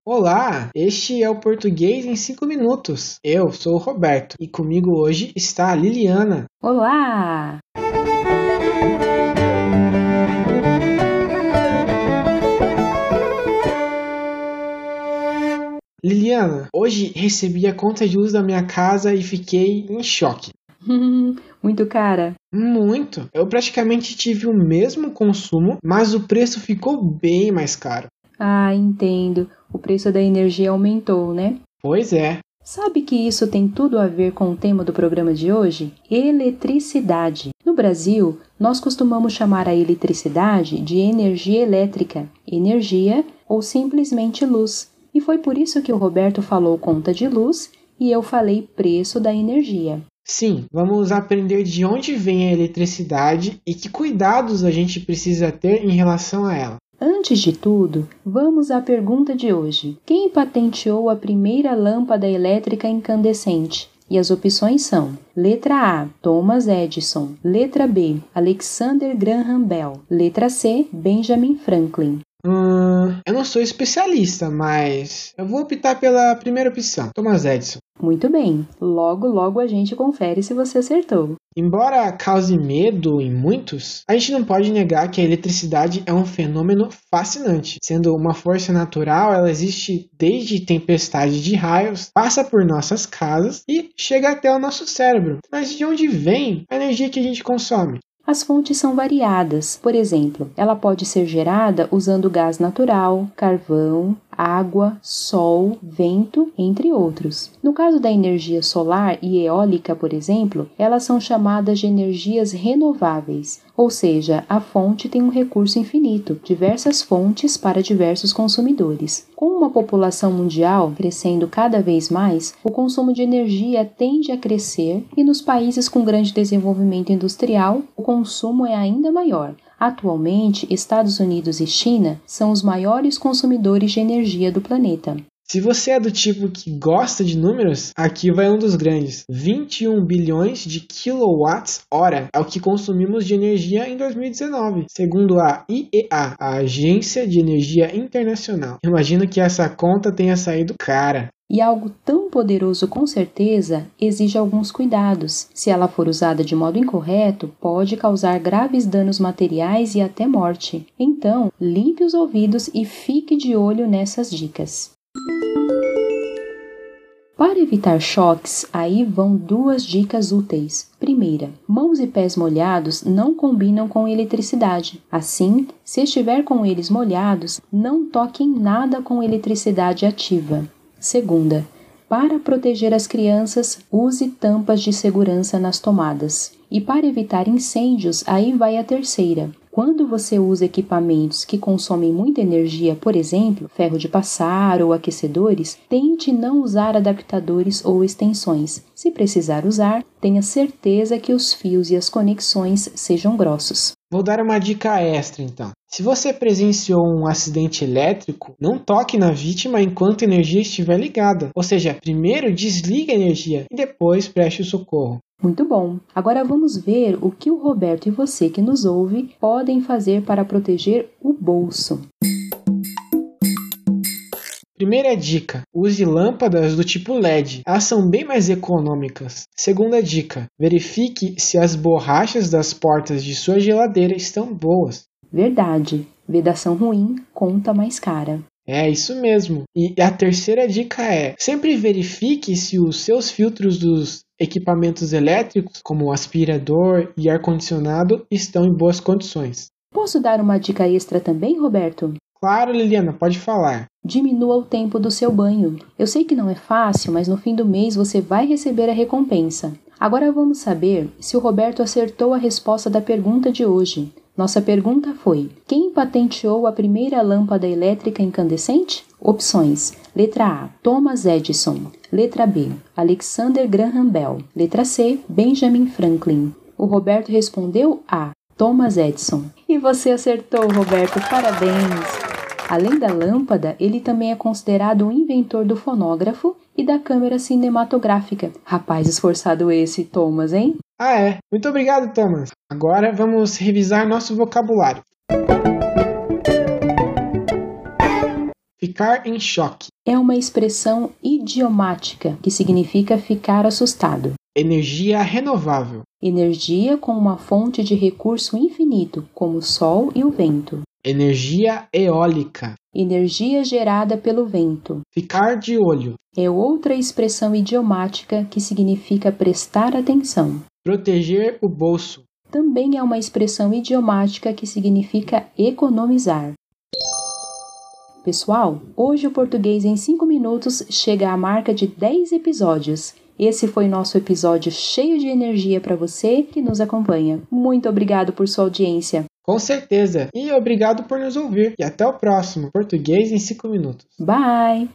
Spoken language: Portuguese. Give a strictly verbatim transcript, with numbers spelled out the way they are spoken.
Olá, este é o Português em cinco minutos. Eu sou o Roberto e comigo hoje está a Liliana. Olá! Liliana, hoje recebi a conta de luz da minha casa e fiquei em choque. Muito cara. Muito! Eu praticamente tive o mesmo consumo, mas o preço ficou bem mais caro. Ah, entendo. O preço da energia aumentou, né? Pois é. Sabe que isso tem tudo a ver com o tema do programa de hoje? Eletricidade. No Brasil, nós costumamos chamar a eletricidade de energia elétrica, energia ou simplesmente luz. E foi por isso que o Roberto falou conta de luz e eu falei preço da energia. Sim, vamos aprender de onde vem a eletricidade e que cuidados a gente precisa ter em relação a ela. Antes de tudo, vamos à pergunta de hoje. Quem patenteou a primeira lâmpada elétrica incandescente? E as opções são: letra A, Thomas Edison; letra B, Alexander Graham Bell; letra C, Benjamin Franklin. Hum, eu não sou especialista, mas eu vou optar pela primeira opção, Thomas Edison. Muito bem, logo logo a gente confere se você acertou. Embora cause medo em muitos, a gente não pode negar que a eletricidade é um fenômeno fascinante. Sendo uma força natural, ela existe desde tempestade de raios, passa por nossas casas e chega até o nosso cérebro. Mas de onde vem a energia que a gente consome? As fontes são variadas. Por exemplo, ela pode ser gerada usando gás natural, carvão, água, sol, vento, entre outros. No caso da energia solar e eólica, por exemplo, elas são chamadas de energias renováveis, ou seja, a fonte tem um recurso infinito, diversas fontes para diversos consumidores. Com uma população mundial crescendo cada vez mais, o consumo de energia tende a crescer e nos países com grande desenvolvimento industrial, o consumo é ainda maior. Atualmente, Estados Unidos e China são os maiores consumidores de energia do planeta. Se você é do tipo que gosta de números, aqui vai um dos grandes. vinte e um bilhões de quilowatts-hora é o que consumimos de energia em dois mil e dezenove, segundo a I E A, a Agência de Energia Internacional. Imagino que essa conta tenha saído cara. E algo tão poderoso com certeza exige alguns cuidados. Se ela for usada de modo incorreto, pode causar graves danos materiais e até morte. Então, limpe os ouvidos e fique de olho nessas dicas. Para evitar choques, aí vão duas dicas úteis. Primeira, mãos e pés molhados não combinam com eletricidade. Assim, se estiver com eles molhados, não toque em nada com eletricidade ativa. Segunda, para proteger as crianças, use tampas de segurança nas tomadas. E para evitar incêndios, aí vai a terceira. Quando você usa equipamentos que consomem muita energia, por exemplo, ferro de passar ou aquecedores, tente não usar adaptadores ou extensões. Se precisar usar, tenha certeza que os fios e as conexões sejam grossos. Vou dar uma dica extra então. Se você presenciou um acidente elétrico, não toque na vítima enquanto a energia estiver ligada. Ou seja, primeiro desligue a energia e depois preste o socorro. Muito bom! Agora vamos ver o que o Roberto e você que nos ouve podem fazer para proteger o bolso. Primeira dica, use lâmpadas do tipo L E D, elas são bem mais econômicas. Segunda dica, verifique se as borrachas das portas de sua geladeira estão boas. Verdade, vedação ruim conta mais cara. É isso mesmo. E a terceira dica é, sempre verifique se os seus filtros dos equipamentos elétricos, como aspirador e ar-condicionado, estão em boas condições. Posso dar uma dica extra também, Roberto? Claro, Liliana, pode falar. Diminua o tempo do seu banho. Eu sei que não é fácil, mas no fim do mês você vai receber a recompensa. Agora vamos saber se o Roberto acertou a resposta da pergunta de hoje. Nossa pergunta foi: quem patenteou a primeira lâmpada elétrica incandescente? Opções: letra A, Thomas Edison; letra B, Alexander Graham Bell; letra C, Benjamin Franklin. O Roberto respondeu A, Thomas Edison. E você acertou, Roberto, parabéns! Além da lâmpada, ele também é considerado o inventor do fonógrafo e da câmera cinematográfica. Rapaz esforçado esse, Thomas, hein? Ah, é. Muito obrigado, Thomas. Agora vamos revisar nosso vocabulário. Ficar em choque. É uma expressão idiomática que significa ficar assustado. Energia renovável. Energia com uma fonte de recurso infinito, como o sol e o vento. Energia eólica. Energia gerada pelo vento. Ficar de olho. É outra expressão idiomática que significa prestar atenção. Proteger o bolso. Também é uma expressão idiomática que significa economizar. Pessoal, hoje o Português em cinco minutos chega à marca de dez episódios. Esse foi nosso episódio cheio de energia para você que nos acompanha. Muito obrigado por sua audiência. Com certeza. E obrigado por nos ouvir. E até o próximo Português em cinco minutos. Bye!